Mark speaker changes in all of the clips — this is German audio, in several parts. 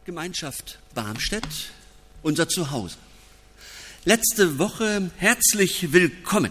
Speaker 1: Gemeinschaft Barmstedt, unser Zuhause. Letzte Woche herzlich willkommen.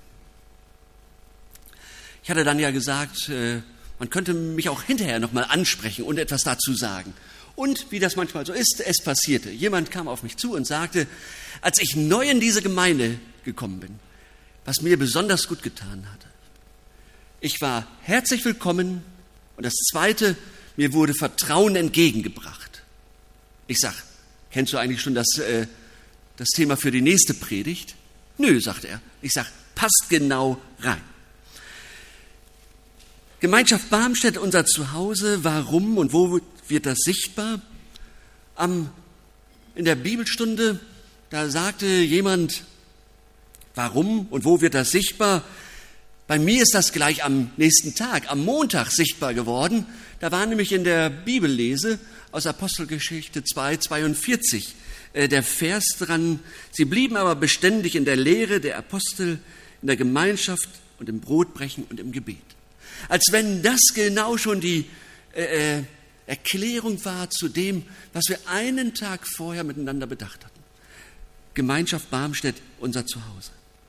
Speaker 1: Ich hatte dann ja gesagt, man könnte mich auch hinterher nochmal ansprechen und etwas dazu sagen. Und wie das manchmal so ist, es passierte. Jemand kam auf mich zu und sagte, als ich neu in diese Gemeinde gekommen bin, was mir besonders gut getan hatte. Ich war herzlich willkommen und das Zweite, mir wurde Vertrauen entgegengebracht. Ich sag, kennst du eigentlich schon das Thema für die nächste Predigt? Nö, sagt er. Ich sag, passt genau rein. Gemeinschaft Barmstedt, unser Zuhause, warum und wo wird das sichtbar? In der Bibelstunde, da sagte jemand, warum und wo wird das sichtbar? Bei mir ist das gleich am nächsten Tag, am Montag sichtbar geworden. Da war nämlich in der Bibellese aus Apostelgeschichte 2,42 der Vers dran, sie blieben aber beständig in der Lehre der Apostel, in der Gemeinschaft und im Brotbrechen und im Gebet. Als wenn das genau schon die Erklärung war zu dem, was wir einen Tag vorher miteinander bedacht hatten. Gemeinschaft Barmstedt, unser Zuhause.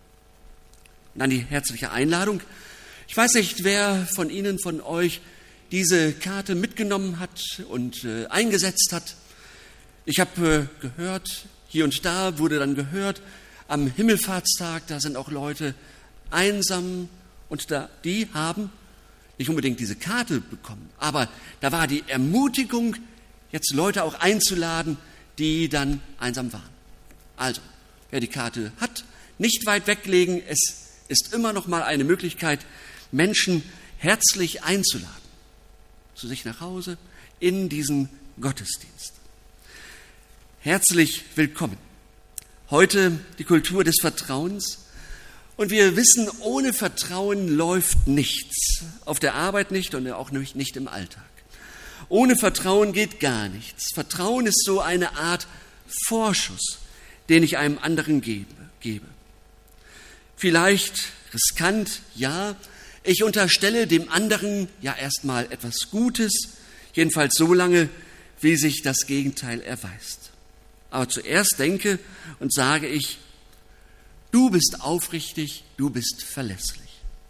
Speaker 1: Und dann die herzliche Einladung. Ich weiß nicht, wer von Ihnen, von euch diese Karte mitgenommen hat und eingesetzt hat. Ich habe gehört, hier und da wurde dann gehört, am Himmelfahrtstag, da sind auch Leute einsam und die haben nicht unbedingt diese Karte bekommen, aber da war die Ermutigung, jetzt Leute auch einzuladen, die dann einsam waren. Also, wer die Karte hat, nicht weit weglegen, es ist immer noch mal eine Möglichkeit, Menschen herzlich einzuladen, zu sich nach Hause in diesen Gottesdienst. Herzlich willkommen. Heute die Kultur des Vertrauens. Und wir wissen, ohne Vertrauen läuft nichts. Auf der Arbeit nicht und auch nicht im Alltag. Ohne Vertrauen geht gar nichts. Vertrauen ist so eine Art Vorschuss, den ich einem anderen gebe. Vielleicht riskant, ja. Ich unterstelle dem anderen ja erstmal etwas Gutes, jedenfalls so lange, wie sich das Gegenteil erweist. Aber zuerst denke und sage ich, du bist aufrichtig, du bist verlässlich.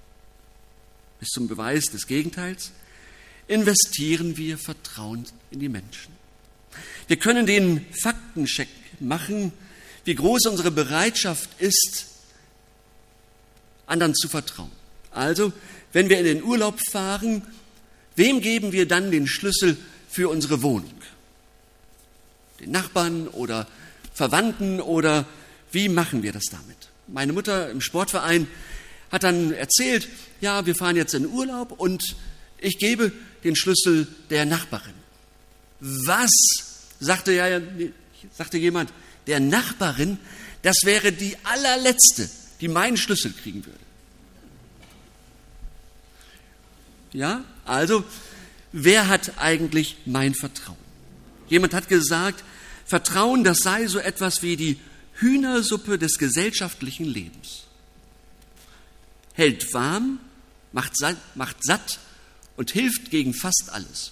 Speaker 1: Bis zum Beweis des Gegenteils investieren wir Vertrauen in die Menschen. Wir können den Faktencheck machen, wie groß unsere Bereitschaft ist, anderen zu vertrauen. Also, wenn wir in den Urlaub fahren, wem geben wir dann den Schlüssel für unsere Wohnung? Den Nachbarn oder Verwandten oder wie machen wir das damit? Meine Mutter im Sportverein hat dann erzählt, ja, wir fahren jetzt in den Urlaub und ich gebe den Schlüssel der Nachbarin. Was? Sagte jemand, der Nachbarin, das wäre die allerletzte, die meinen Schlüssel kriegen würde. Ja, also, wer hat eigentlich mein Vertrauen? Jemand hat gesagt, Vertrauen, das sei so etwas wie die Hühnersuppe des gesellschaftlichen Lebens. Hält warm, macht satt und hilft gegen fast alles.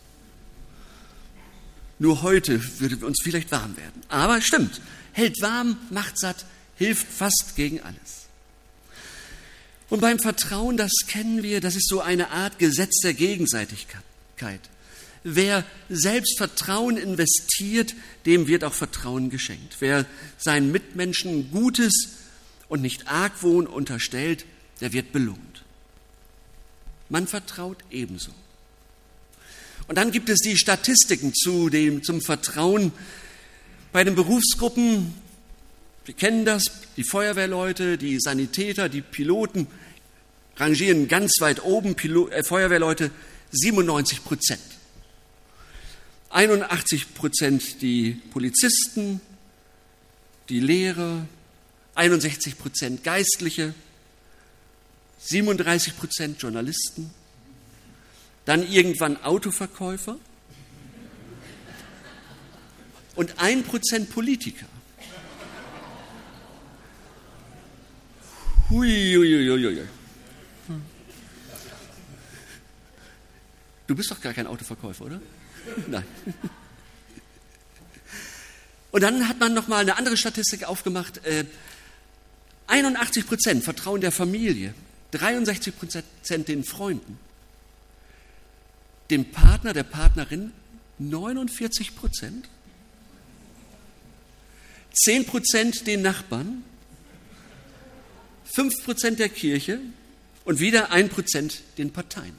Speaker 1: Nur heute würde uns vielleicht warm werden. Aber stimmt, hält warm, macht satt, hilft fast gegen alles. Und beim Vertrauen, das kennen wir, das ist so eine Art Gesetz der Gegenseitigkeit. Wer selbst Vertrauen investiert, dem wird auch Vertrauen geschenkt. Wer seinen Mitmenschen Gutes und nicht Argwohn unterstellt, der wird belohnt. Man vertraut ebenso. Und dann gibt es die Statistiken zum Vertrauen bei den Berufsgruppen. Wir kennen das, die Feuerwehrleute, die Sanitäter, die Piloten rangieren ganz weit oben, Feuerwehrleute 97%. 81% die Polizisten, die Lehrer, 61% Geistliche, 37% Journalisten, dann irgendwann Autoverkäufer und 1% Politiker. Hui. Du bist doch gar kein Autoverkäufer, oder? Nein. Und dann hat man nochmal eine andere Statistik aufgemacht. 81% Vertrauen der Familie, 63% den Freunden, dem Partner, der Partnerin 49%, 10% den Nachbarn, 5% der Kirche und wieder 1% den Parteien.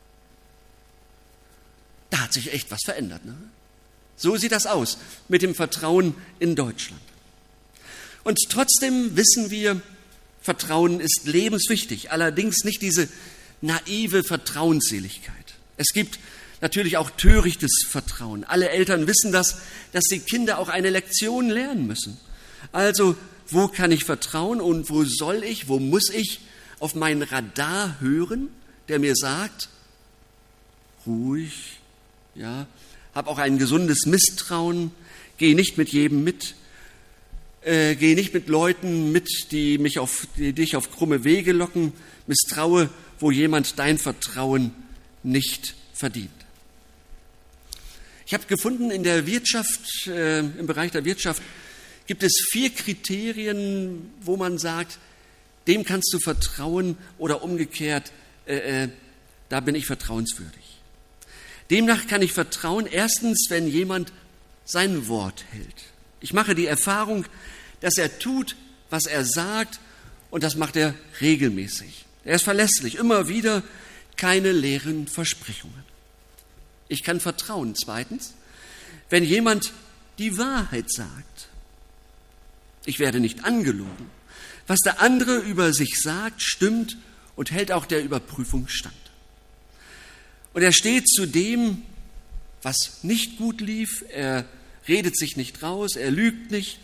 Speaker 1: Da hat sich echt was verändert, ne? So sieht das aus mit dem Vertrauen in Deutschland. Und trotzdem wissen wir, Vertrauen ist lebenswichtig, allerdings nicht diese naive Vertrauensseligkeit. Es gibt natürlich auch törichtes Vertrauen. Alle Eltern wissen das, dass die Kinder auch eine Lektion lernen müssen. Also, wo kann ich vertrauen und wo muss ich auf meinen Radar hören, der mir sagt, ruhig, ja, hab auch ein gesundes Misstrauen, geh nicht mit jedem mit, geh nicht mit Leuten mit, die dich auf krumme Wege locken, misstraue, wo jemand dein Vertrauen nicht verdient. Ich habe gefunden, in der Wirtschaft, im Bereich der Wirtschaft gibt es 4 Kriterien, wo man sagt, dem kannst du vertrauen oder umgekehrt, da bin ich vertrauenswürdig. Demnach kann ich vertrauen, erstens, wenn jemand sein Wort hält. Ich mache die Erfahrung, dass er tut, was er sagt, und das macht er regelmäßig. Er ist verlässlich, immer wieder, keine leeren Versprechungen. Ich kann vertrauen, zweitens, wenn jemand die Wahrheit sagt. Ich werde nicht angelogen. Was der andere über sich sagt, stimmt und hält auch der Überprüfung stand. Und er steht zu dem, was nicht gut lief, er redet sich nicht raus, er lügt nicht.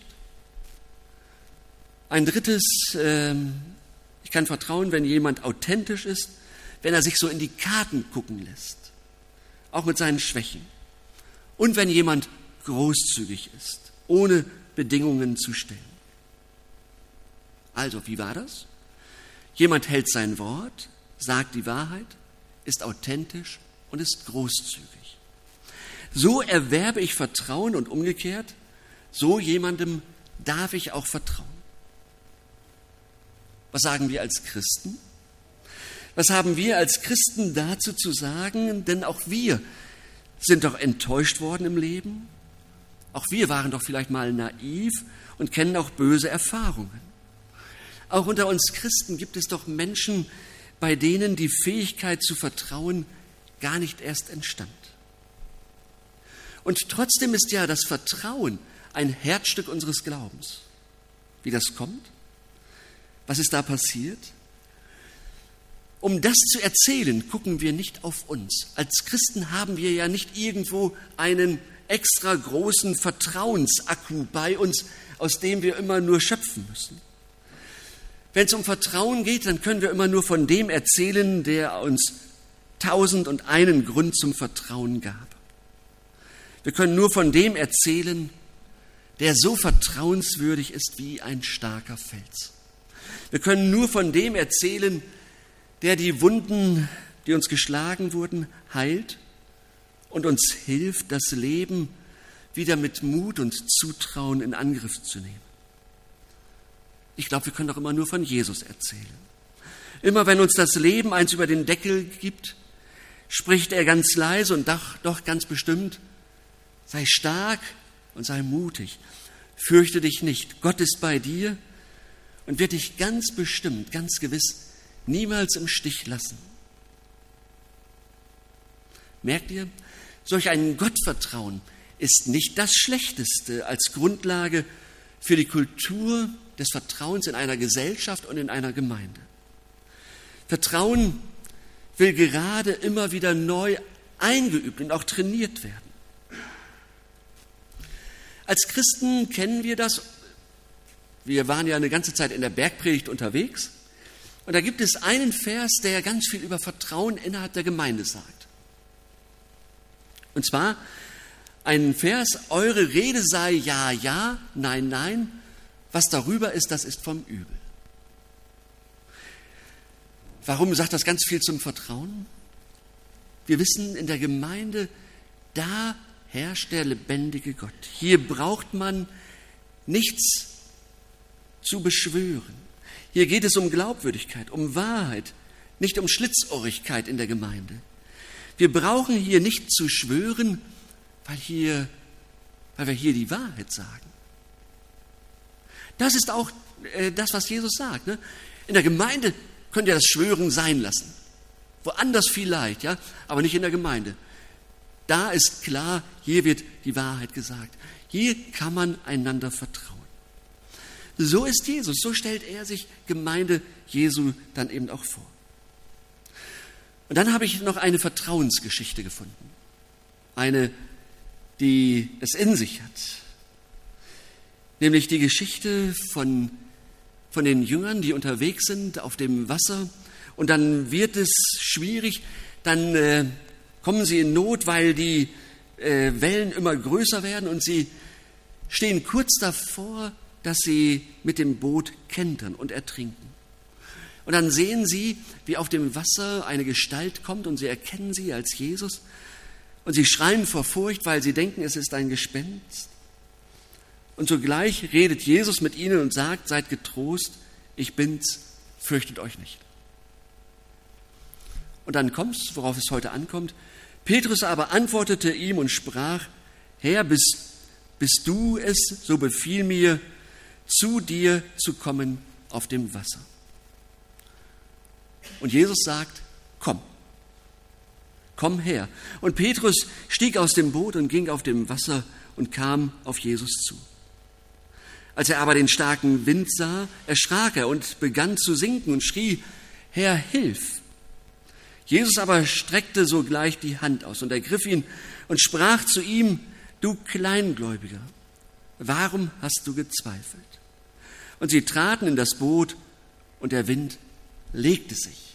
Speaker 1: Ein drittes, ich kann vertrauen, wenn jemand authentisch ist, wenn er sich so in die Karten gucken lässt, auch mit seinen Schwächen. Und wenn jemand großzügig ist, ohne Bedingungen zu stellen. Also, wie war das? Jemand hält sein Wort, sagt die Wahrheit, ist authentisch und ist großzügig. So erwerbe ich Vertrauen und umgekehrt, so jemandem darf ich auch vertrauen. Was sagen wir als Christen? Was haben wir als Christen dazu zu sagen? Denn auch wir sind doch enttäuscht worden im Leben. Auch wir waren doch vielleicht mal naiv und kennen auch böse Erfahrungen. Auch unter uns Christen gibt es doch Menschen, bei denen die Fähigkeit zu vertrauen gar nicht erst entstand. Und trotzdem ist ja das Vertrauen ein Herzstück unseres Glaubens. Wie das kommt? Was ist da passiert? Um das zu erzählen, gucken wir nicht auf uns. Als Christen haben wir ja nicht irgendwo einen extra großen Vertrauensakku bei uns, aus dem wir immer nur schöpfen müssen. Wenn es um Vertrauen geht, dann können wir immer nur von dem erzählen, der uns 1001 Grund zum Vertrauen gab. Wir können nur von dem erzählen, der so vertrauenswürdig ist wie ein starker Fels. Wir können nur von dem erzählen, der die Wunden, die uns geschlagen wurden, heilt und uns hilft, das Leben wieder mit Mut und Zutrauen in Angriff zu nehmen. Ich glaube, wir können doch immer nur von Jesus erzählen. Immer wenn uns das Leben eins über den Deckel gibt, spricht er ganz leise und doch ganz bestimmt, sei stark und sei mutig, fürchte dich nicht, Gott ist bei dir und wird dich ganz bestimmt, ganz gewiss niemals im Stich lassen. Merkt ihr, solch ein Gottvertrauen ist nicht das Schlechteste als Grundlage für die Kultur des Vertrauens in einer Gesellschaft und in einer Gemeinde. Vertrauen will gerade immer wieder neu eingeübt und auch trainiert werden. Als Christen kennen wir das. Wir waren ja eine ganze Zeit in der Bergpredigt unterwegs. Und da gibt es einen Vers, der ganz viel über Vertrauen innerhalb der Gemeinde sagt. Und zwar einen Vers, eure Rede sei ja, ja, nein, nein. Was darüber ist, das ist vom Übel. Warum sagt das ganz viel zum Vertrauen? Wir wissen, in der Gemeinde, da herrscht der lebendige Gott. Hier braucht man nichts zu beschwören. Hier geht es um Glaubwürdigkeit, um Wahrheit, nicht um Schlitzohrigkeit in der Gemeinde. Wir brauchen hier nicht zu schwören, weil wir hier die Wahrheit sagen. Das ist auch das, was Jesus sagt. Ne? In der Gemeinde könnt ihr das Schwören sein lassen. Woanders vielleicht, ja, aber nicht in der Gemeinde. Da ist klar, hier wird die Wahrheit gesagt. Hier kann man einander vertrauen. So ist Jesus, so stellt er sich Gemeinde Jesu dann eben auch vor. Und dann habe ich noch eine Vertrauensgeschichte gefunden. Eine, die es in sich hat. Nämlich die Geschichte von den Jüngern, die unterwegs sind auf dem Wasser. Und dann wird es schwierig, dann kommen sie in Not, weil die Wellen immer größer werden und sie stehen kurz davor, dass sie mit dem Boot kentern und ertrinken. Und dann sehen sie, wie auf dem Wasser eine Gestalt kommt und sie erkennen sie als Jesus und sie schreien vor Furcht, weil sie denken, es ist ein Gespenst. Und sogleich redet Jesus mit ihnen und sagt, seid getrost, ich bin's, fürchtet euch nicht. Und dann kommt's, worauf es heute ankommt. Petrus aber antwortete ihm und sprach, Herr, bist du es, so befiehl mir, zu dir zu kommen auf dem Wasser. Und Jesus sagt, komm her. Und Petrus stieg aus dem Boot und ging auf dem Wasser und kam auf Jesus zu. Als er aber den starken Wind sah, erschrak er und begann zu sinken und schrie, Herr, hilf! Jesus aber streckte sogleich die Hand aus und ergriff ihn und sprach zu ihm, du Kleingläubiger, warum hast du gezweifelt? Und sie traten in das Boot und der Wind legte sich.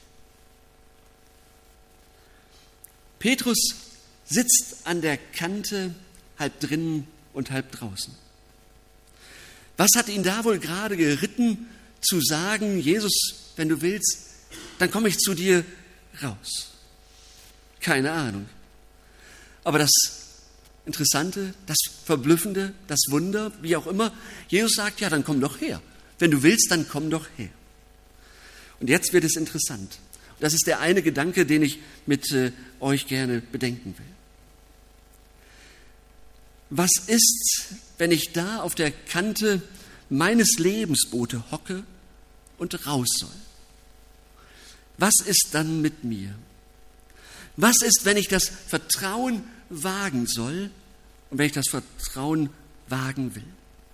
Speaker 1: Petrus sitzt an der Kante, halb drinnen und halb draußen. Was hat ihn da wohl gerade geritten, zu sagen, Jesus, wenn du willst, dann komme ich zu dir raus? Keine Ahnung. Aber das Interessante, das Verblüffende, das Wunder, wie auch immer, Jesus sagt, ja, dann komm doch her. Wenn du willst, dann komm doch her. Und jetzt wird es interessant. Das ist der eine Gedanke, den ich mit euch gerne bedenken will. Was ist, wenn ich da auf der Kante meines Lebensboote hocke und raus soll? Was ist dann mit mir? Was ist, wenn ich das Vertrauen wagen soll und wenn ich das Vertrauen wagen will?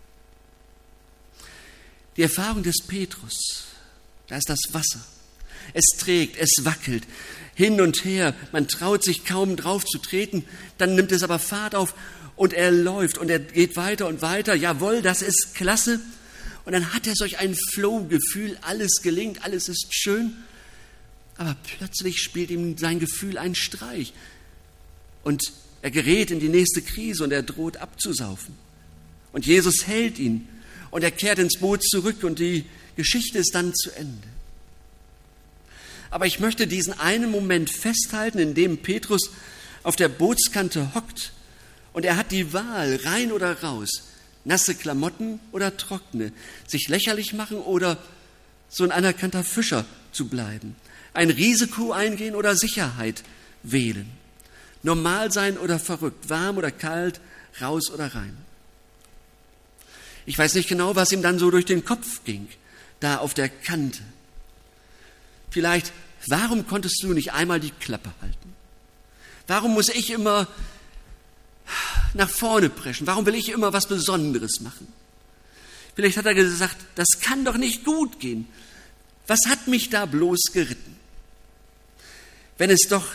Speaker 1: Die Erfahrung des Petrus, da ist das Wasser. Es trägt, es wackelt hin und her. Man traut sich kaum drauf zu treten. Dann nimmt es aber Fahrt auf und er läuft und er geht weiter und weiter. Jawohl, das ist klasse. Und dann hat er solch ein Flow-Gefühl. Alles gelingt, alles ist schön. Aber plötzlich spielt ihm sein Gefühl einen Streich. Und er gerät in die nächste Krise und er droht abzusaufen. Und Jesus hält ihn. Und er kehrt ins Boot zurück und die Geschichte ist dann zu Ende. Aber ich möchte diesen einen Moment festhalten, in dem Petrus auf der Bootskante hockt und er hat die Wahl, rein oder raus, nasse Klamotten oder trockene, sich lächerlich machen oder so ein anerkannter Fischer zu bleiben, ein Risiko eingehen oder Sicherheit wählen, normal sein oder verrückt, warm oder kalt, raus oder rein. Ich weiß nicht genau, was ihm dann so durch den Kopf ging, da auf der Kante. Vielleicht, warum konntest du nicht einmal die Klappe halten? Warum muss ich immer nach vorne preschen? Warum will ich immer was Besonderes machen? Vielleicht hat er gesagt, das kann doch nicht gut gehen. Was hat mich da bloß geritten? Wenn es doch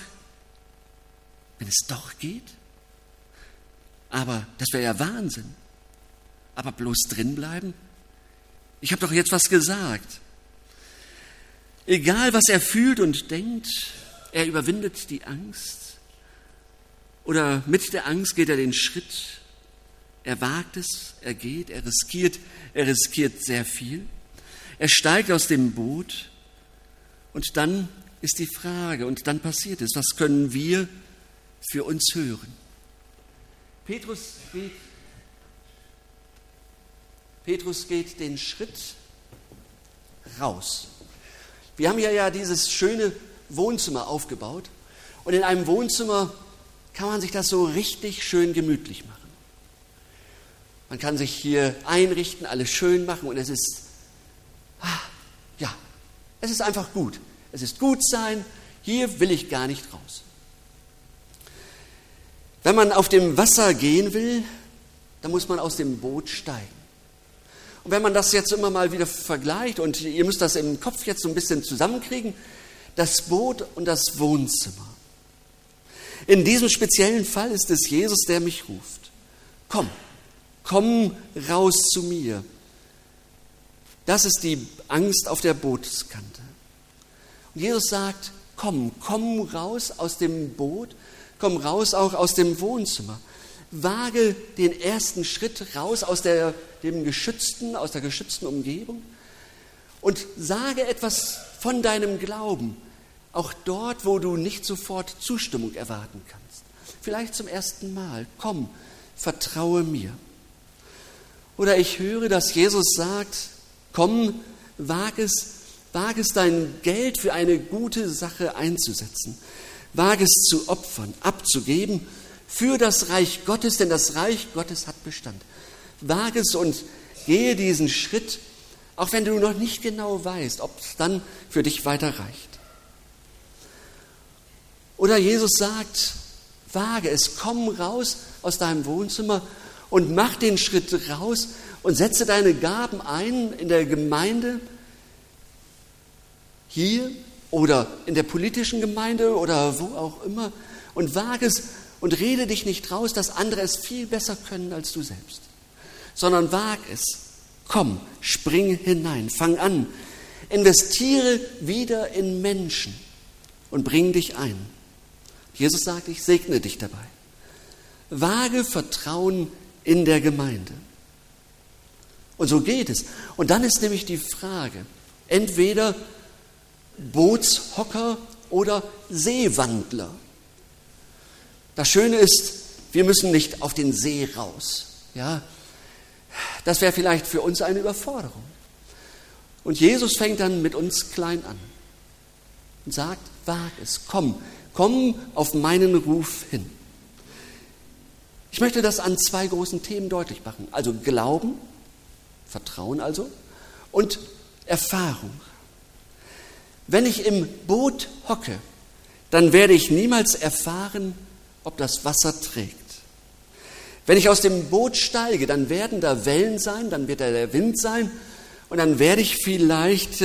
Speaker 1: geht? Aber das wäre ja Wahnsinn. Aber bloß drin bleiben? Ich habe doch jetzt was gesagt. Egal, was er fühlt und denkt, er überwindet die Angst. Oder mit der Angst geht er den Schritt. Er wagt es, er geht, er riskiert sehr viel. Er steigt aus dem Boot und dann ist die Frage und dann passiert es, was können wir für uns hören? Petrus geht den Schritt raus. Wir haben hier ja dieses schöne Wohnzimmer aufgebaut. Und in einem Wohnzimmer kann man sich das so richtig schön gemütlich machen. Man kann sich hier einrichten, alles schön machen und es ist einfach gut. Es ist gut sein, hier will ich gar nicht raus. Wenn man auf dem Wasser gehen will, dann muss man aus dem Boot steigen. Und wenn man das jetzt immer mal wieder vergleicht, und ihr müsst das im Kopf jetzt so ein bisschen zusammenkriegen, das Boot und das Wohnzimmer. In diesem speziellen Fall ist es Jesus, der mich ruft. Komm raus zu mir. Das ist die Angst auf der Bootskante. Und Jesus sagt, komm raus aus dem Boot, komm raus auch aus dem Wohnzimmer. Wage den ersten Schritt raus aus der geschützten Umgebung und sage etwas von deinem Glauben, auch dort, wo du nicht sofort Zustimmung erwarten kannst. Vielleicht zum ersten Mal. Komm, vertraue mir. Oder ich höre, dass Jesus sagt, komm, wage es, dein Geld für eine gute Sache einzusetzen. Wage es zu opfern, abzugeben für das Reich Gottes, denn das Reich Gottes hat Bestand. Wage es und gehe diesen Schritt, auch wenn du noch nicht genau weißt, ob es dann für dich weiter reicht. Oder Jesus sagt, wage es, komm raus aus deinem Wohnzimmer und mach den Schritt raus und setze deine Gaben ein in der Gemeinde, hier oder in der politischen Gemeinde oder wo auch immer, und wage es und rede dich nicht raus, dass andere es viel besser können als du selbst, sondern wage es. Komm, spring hinein, fang an, investiere wieder in Menschen und bring dich ein. Jesus sagt, ich segne dich dabei. Wage Vertrauen in der Gemeinde. Und so geht es. Und dann ist nämlich die Frage, entweder Bootshocker oder Seewandler. Das Schöne ist, wir müssen nicht auf den See raus. Ja, das wäre vielleicht für uns eine Überforderung. Und Jesus fängt dann mit uns klein an und sagt, wag es, komm auf meinen Ruf hin. Ich möchte das an zwei großen Themen deutlich machen. Also Glauben, Vertrauen also, und Erfahrung. Wenn ich im Boot hocke, dann werde ich niemals erfahren, ob das Wasser trägt. Wenn ich aus dem Boot steige, dann werden da Wellen sein, dann wird da der Wind sein und dann werde ich vielleicht,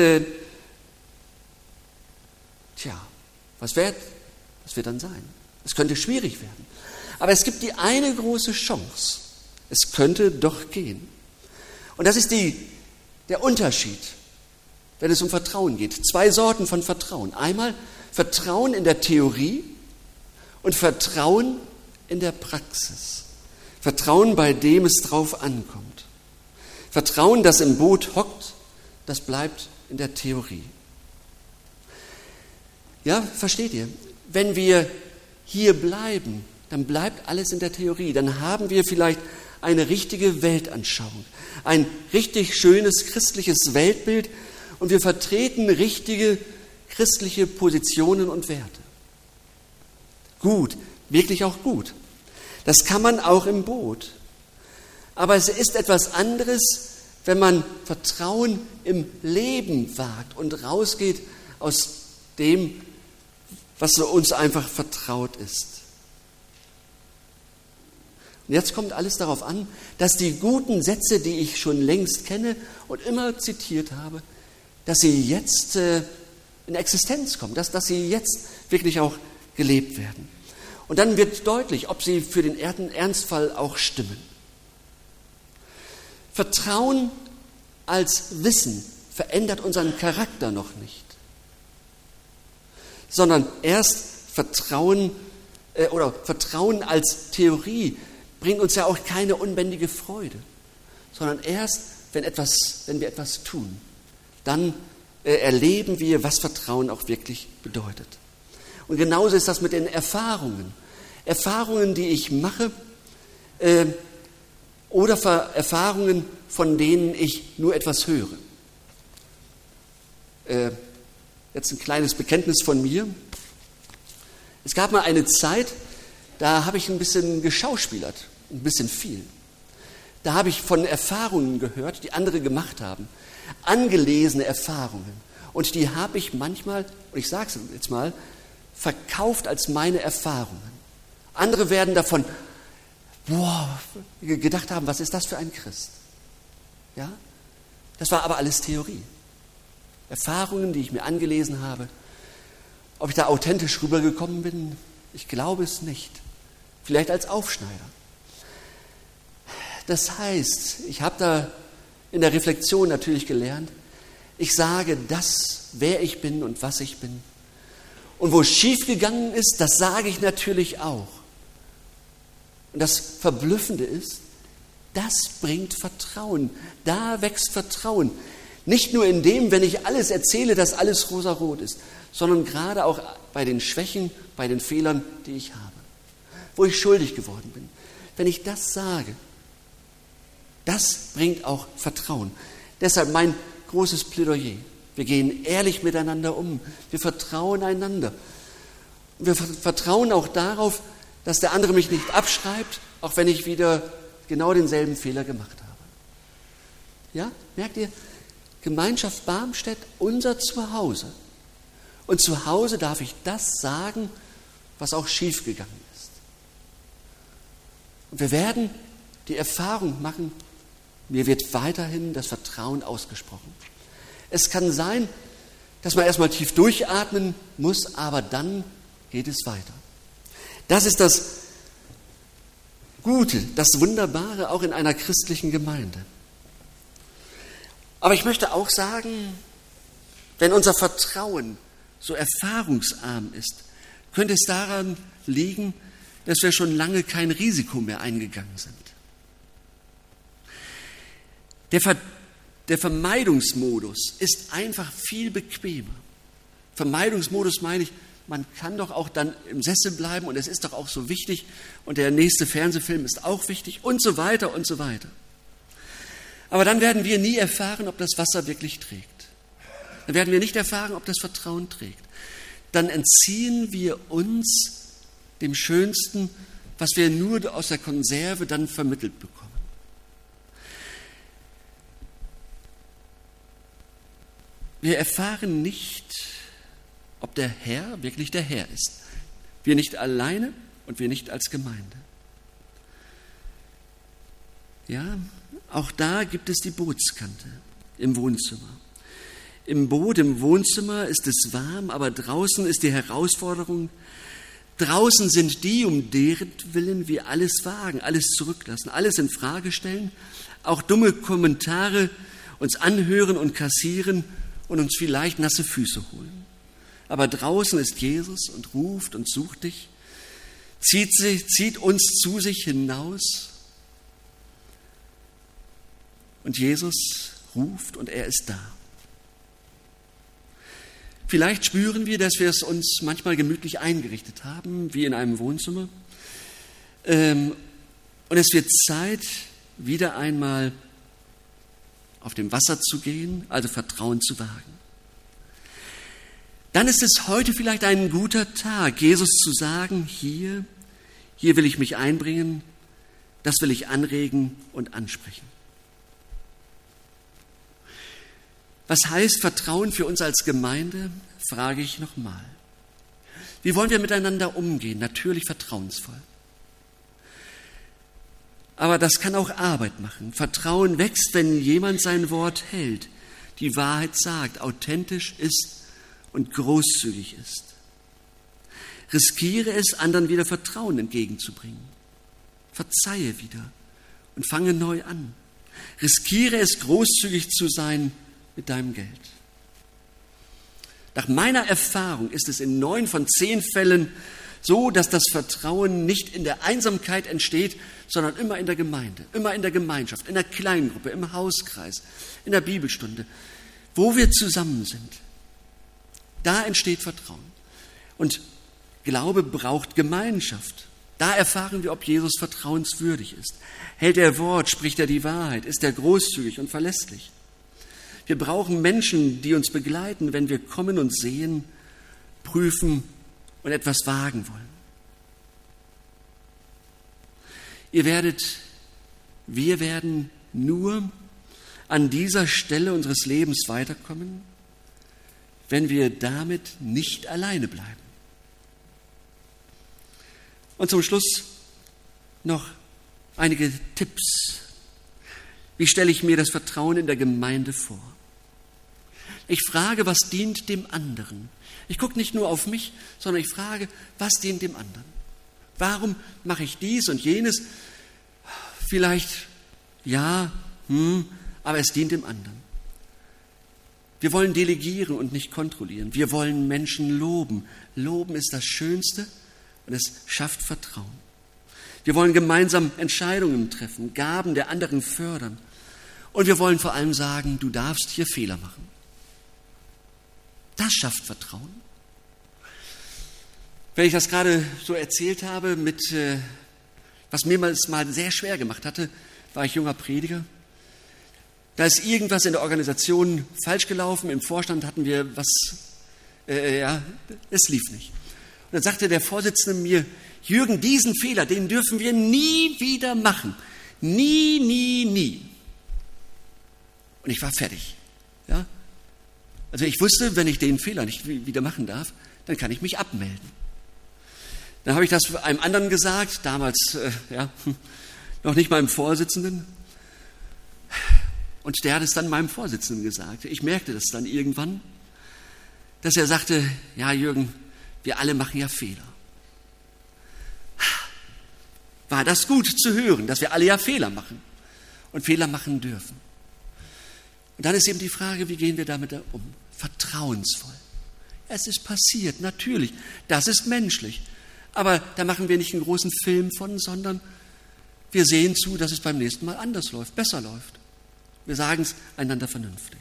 Speaker 1: was wird dann sein? Es könnte schwierig werden. Aber es gibt die eine große Chance. Es könnte doch gehen. Und das ist der Unterschied, wenn es um Vertrauen geht. Zwei Sorten von Vertrauen. Einmal Vertrauen in der Theorie und Vertrauen in der Praxis. Vertrauen, bei dem es drauf ankommt. Vertrauen, das im Boot hockt, das bleibt in der Theorie. Ja, versteht ihr? Wenn wir hier bleiben, dann bleibt alles in der Theorie. Dann haben wir vielleicht eine richtige Weltanschauung, ein richtig schönes christliches Weltbild und wir vertreten richtige christliche Positionen und Werte. Gut, wirklich auch gut. Das kann man auch im Boot. Aber es ist etwas anderes, wenn man Vertrauen im Leben wagt und rausgeht aus dem, was uns einfach vertraut ist. Und jetzt kommt alles darauf an, dass die guten Sätze, die ich schon längst kenne und immer zitiert habe, dass sie jetzt in Existenz kommen, dass sie jetzt wirklich auch gelebt werden. Und dann wird deutlich, ob sie für den Ernstfall auch stimmen. Vertrauen als Wissen verändert unseren Charakter noch nicht, sondern erst Vertrauen als Theorie bringt uns ja auch keine unbändige Freude, sondern erst, wenn wir etwas tun, dann erleben wir, was Vertrauen auch wirklich bedeutet. Und genauso ist das mit den Erfahrungen. Erfahrungen, die ich mache, oder Erfahrungen, von denen ich nur etwas höre. Jetzt ein kleines Bekenntnis von mir. Es gab mal eine Zeit, da habe ich ein bisschen geschauspielert, ein bisschen viel. Da habe ich von Erfahrungen gehört, die andere gemacht haben, angelesene Erfahrungen. Und die habe ich manchmal, und ich sage es jetzt mal, verkauft als meine Erfahrungen. Andere werden davon gedacht haben, was ist das für ein Christ? Ja? Das war aber alles Theorie. Erfahrungen, die ich mir angelesen habe. Ob ich da authentisch rübergekommen bin, ich glaube es nicht. Vielleicht als Aufschneider. Das heißt, ich habe da in der Reflexion natürlich gelernt, ich sage das, wer ich bin und was ich bin. Und wo es schief gegangen ist, das sage ich natürlich auch. Und das Verblüffende ist, das bringt Vertrauen. Da wächst Vertrauen. Nicht nur in dem, wenn ich alles erzähle, dass alles rosarot ist, sondern gerade auch bei den Schwächen, bei den Fehlern, die ich habe. Wo ich schuldig geworden bin. Wenn ich das sage, das bringt auch Vertrauen. Deshalb mein großes Plädoyer. Wir gehen ehrlich miteinander um. Wir vertrauen einander. Wir vertrauen auch darauf, dass der andere mich nicht abschreibt, auch wenn ich wieder genau denselben Fehler gemacht habe. Ja, merkt ihr? Gemeinschaft Barmstedt, unser Zuhause. Und zu Hause darf ich das sagen, was auch schiefgegangen ist. Und wir werden die Erfahrung machen, mir wird weiterhin das Vertrauen ausgesprochen. Es kann sein, dass man erstmal tief durchatmen muss, aber dann geht es weiter. Das ist das Gute, das Wunderbare auch in einer christlichen Gemeinde. Aber ich möchte auch sagen, wenn unser Vertrauen so erfahrungsarm ist, könnte es daran liegen, dass wir schon lange kein Risiko mehr eingegangen sind. Der Vermeidungsmodus ist einfach viel bequemer. Vermeidungsmodus meine ich, man kann doch auch dann im Sessel bleiben und es ist doch auch so wichtig und der nächste Fernsehfilm ist auch wichtig und so weiter und so weiter. Aber dann werden wir nie erfahren, ob das Wasser wirklich trägt. Dann werden wir nicht erfahren, ob das Vertrauen trägt. Dann entziehen wir uns dem Schönsten, was wir nur aus der Konserve dann vermittelt bekommen. Wir erfahren nicht, ob der Herr wirklich der Herr ist. Wir nicht alleine und wir nicht als Gemeinde. Ja, auch da gibt es die Bootskante im Wohnzimmer. Im Boot, im Wohnzimmer ist es warm, aber draußen ist die Herausforderung. Draußen sind die, um deren Willen wir alles wagen, alles zurücklassen, alles in Frage stellen, auch dumme Kommentare uns anhören und kassieren und uns vielleicht nasse Füße holen. Aber draußen ist Jesus und ruft und sucht dich, zieht uns zu sich hinaus. Und Jesus ruft und er ist da. Vielleicht spüren wir, dass wir es uns manchmal gemütlich eingerichtet haben, wie in einem Wohnzimmer. Und es wird Zeit, wieder einmal auf dem Wasser zu gehen, also Vertrauen zu wagen. Dann ist es heute vielleicht ein guter Tag, Jesus zu sagen, hier will ich mich einbringen, das will ich anregen und ansprechen. Was heißt Vertrauen für uns als Gemeinde? Frage ich nochmal. Wie wollen wir miteinander umgehen? Natürlich vertrauensvoll. Aber das kann auch Arbeit machen. Vertrauen wächst, wenn jemand sein Wort hält, die Wahrheit sagt, authentisch ist und großzügig ist. Riskiere es, anderen wieder Vertrauen entgegenzubringen. Verzeihe wieder und fange neu an. Riskiere es, großzügig zu sein mit deinem Geld. Nach meiner Erfahrung ist es in 9 von 10 Fällen so, dass das Vertrauen nicht in der Einsamkeit entsteht, sondern immer in der Gemeinde, immer in der Gemeinschaft, in der Kleingruppe, im Hauskreis, in der Bibelstunde, wo wir zusammen sind. Da entsteht Vertrauen. Und Glaube braucht Gemeinschaft. Da erfahren wir, ob Jesus vertrauenswürdig ist. Hält er Wort, spricht er die Wahrheit, ist er großzügig und verlässlich. Wir brauchen Menschen, die uns begleiten, wenn wir kommen und sehen, prüfen und etwas wagen wollen. Wir werden nur an dieser Stelle unseres Lebens weiterkommen, wenn wir damit nicht alleine bleiben. Und zum Schluss noch einige Tipps. Wie stelle ich mir das Vertrauen in der Gemeinde vor? Ich frage, was dient dem anderen? Ich gucke nicht nur auf mich, sondern ich frage, was dient dem anderen? Warum mache ich dies und jenes? Vielleicht ja, aber es dient dem anderen. Wir wollen delegieren und nicht kontrollieren. Wir wollen Menschen loben. Loben ist das Schönste und es schafft Vertrauen. Wir wollen gemeinsam Entscheidungen treffen, Gaben der anderen fördern. Und wir wollen vor allem sagen, du darfst hier Fehler machen. Das schafft Vertrauen. Wenn ich das gerade so erzählt habe, was mir mal sehr schwer gemacht hatte, war ich junger Prediger. Da ist irgendwas in der Organisation falsch gelaufen. Im Vorstand hatten wir es lief nicht. Und dann sagte der Vorsitzende mir, Jürgen, diesen Fehler, den dürfen wir nie wieder machen. Nie, nie, nie. Und ich war fertig. Ja? Also ich wusste, wenn ich den Fehler nicht wieder machen darf, dann kann ich mich abmelden. Dann habe ich das einem anderen gesagt, damals noch nicht meinem Vorsitzenden. Und der hat es dann meinem Vorsitzenden gesagt. Ich merkte das dann irgendwann, dass er sagte, ja Jürgen, wir alle machen ja Fehler. War das gut zu hören, dass wir alle ja Fehler machen und Fehler machen dürfen. Und dann ist eben die Frage, wie gehen wir damit um? Vertrauensvoll. Es ist passiert, natürlich, das ist menschlich. Aber da machen wir nicht einen großen Film von, sondern wir sehen zu, dass es beim nächsten Mal anders läuft, besser läuft. Wir sagen es einander vernünftig.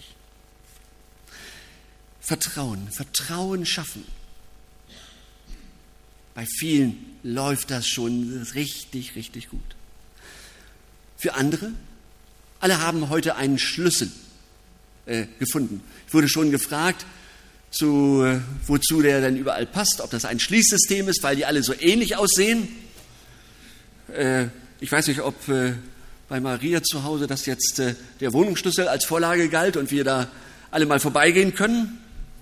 Speaker 1: Vertrauen schaffen. Bei vielen läuft das schon richtig, richtig gut. Für andere, alle haben heute einen Schlüssel gefunden. Ich wurde schon gefragt, wozu der denn überall passt, ob das ein Schließsystem ist, weil die alle so ähnlich aussehen. Ich weiß nicht, ob bei Maria zu Hause das jetzt der Wohnungsschlüssel als Vorlage galt und wir da alle mal vorbeigehen können.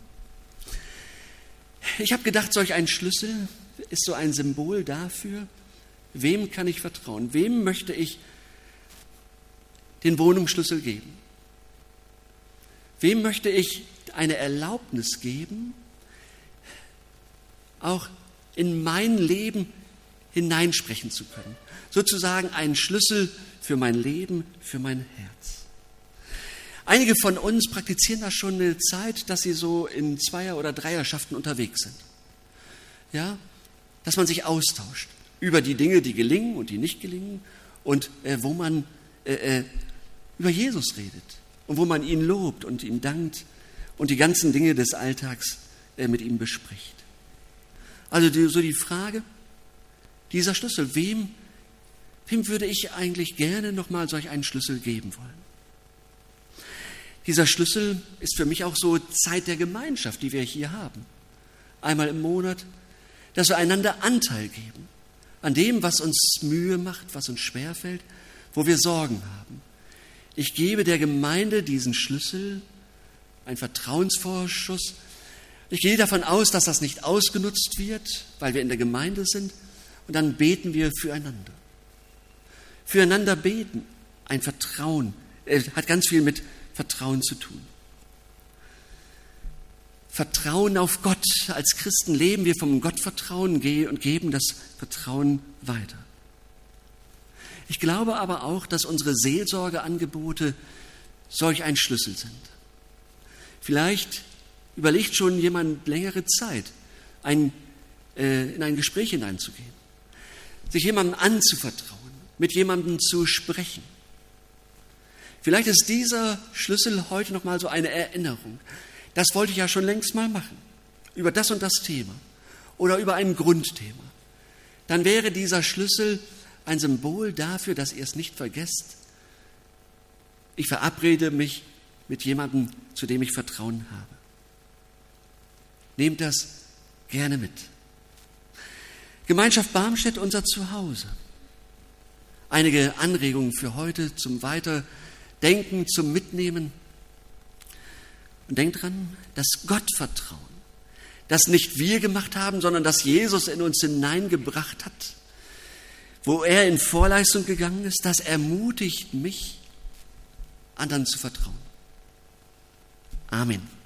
Speaker 1: Ich habe gedacht, solch ein Schlüssel ist so ein Symbol dafür, wem kann ich vertrauen, wem möchte ich den Wohnungsschlüssel geben, wem möchte ich eine Erlaubnis geben, auch in mein Leben hineinsprechen zu können. Sozusagen einen Schlüssel für mein Leben, für mein Herz. Einige von uns praktizieren das schon eine Zeit, dass sie so in Zweier- oder Dreierschaften unterwegs sind. Ja, dass man sich austauscht über die Dinge, die gelingen und die nicht gelingen und wo man über Jesus redet und wo man ihn lobt und ihm dankt und die ganzen Dinge des Alltags mit ihm bespricht. Also die Frage, dieser Schlüssel, wem würde ich eigentlich gerne nochmal solch einen Schlüssel geben wollen? Dieser Schlüssel ist für mich auch so Zeit der Gemeinschaft, die wir hier haben. Einmal im Monat, dass wir einander Anteil geben an dem, was uns Mühe macht, was uns schwerfällt, wo wir Sorgen haben. Ich gebe der Gemeinde diesen Schlüssel, einen Vertrauensvorschuss. Ich gehe davon aus, dass das nicht ausgenutzt wird, weil wir in der Gemeinde sind. Und dann beten wir füreinander. Füreinander beten, ein Vertrauen, hat ganz viel mit Vertrauen zu tun. Vertrauen auf Gott. Als Christen leben wir vom Gottvertrauen und geben das Vertrauen weiter. Ich glaube aber auch, dass unsere Seelsorgeangebote solch ein Schlüssel sind. Vielleicht überlegt schon jemand längere Zeit, in ein Gespräch hineinzugehen, sich jemandem anzuvertrauen, mit jemandem zu sprechen. Vielleicht ist dieser Schlüssel heute noch mal so eine Erinnerung. Das wollte ich ja schon längst mal machen, über das und das Thema oder über ein Grundthema. dann wäre dieser Schlüssel ein Symbol dafür, dass ihr es nicht vergesst. Ich verabrede mich mit jemandem, zu dem ich Vertrauen habe. Nehmt das gerne mit. Gemeinschaft Barmstedt, unser Zuhause. Einige Anregungen für heute zum Weiterdenken, zum Mitnehmen. Und denkt dran, das Gottvertrauen, das nicht wir gemacht haben, sondern das Jesus in uns hineingebracht hat, wo er in Vorleistung gegangen ist, das ermutigt mich, anderen zu vertrauen. Amen.